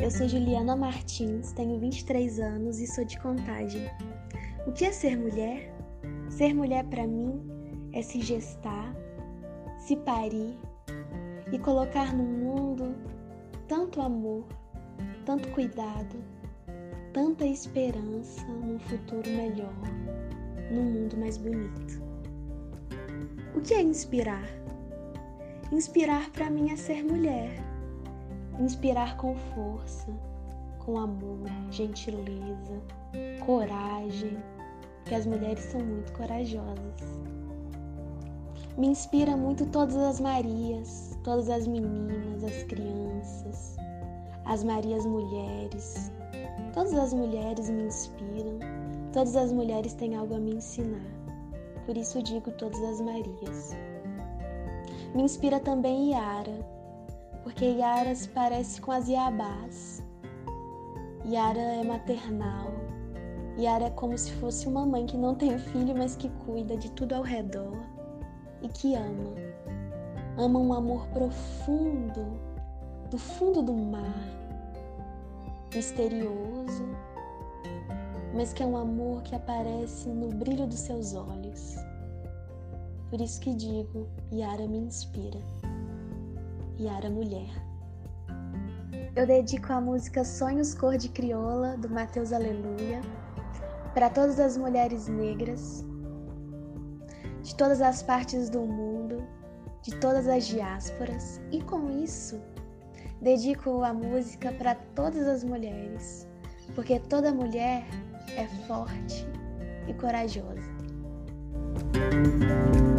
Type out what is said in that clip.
eu sou Juliana Martins, tenho 23 anos e sou de Contagem. O que é ser mulher? Ser mulher para mim é se gestar, se parir e colocar no mundo tanto amor, tanto cuidado, tanta esperança num futuro melhor, num mundo mais bonito. O que é inspirar? Inspirar para mim é ser mulher. Inspirar com força, com amor, gentileza, coragem, porque as mulheres são muito corajosas. Me inspira muito todas as Marias, todas as meninas, as crianças, as Marias mulheres. Todas as mulheres me inspiram, todas as mulheres têm algo a me ensinar. Por isso digo todas as Marias. Me inspira também Yara, porque Yara se parece com as Iabás. Yara é maternal. Yara é como se fosse uma mãe que não tem filho, mas que cuida de tudo ao redor e que ama. Ama um amor profundo, do fundo do mar, misterioso, mas que é um amor que aparece no brilho dos seus olhos. Por isso que digo, Yara me inspira. Yara Mulher. Eu dedico a música Sonhos Cor de Crioula, do Mateus Aleluia, para todas as mulheres negras, de todas as partes do mundo, de todas as diásporas, e com isso, dedico a música para todas as mulheres, porque toda mulher é forte e corajosa.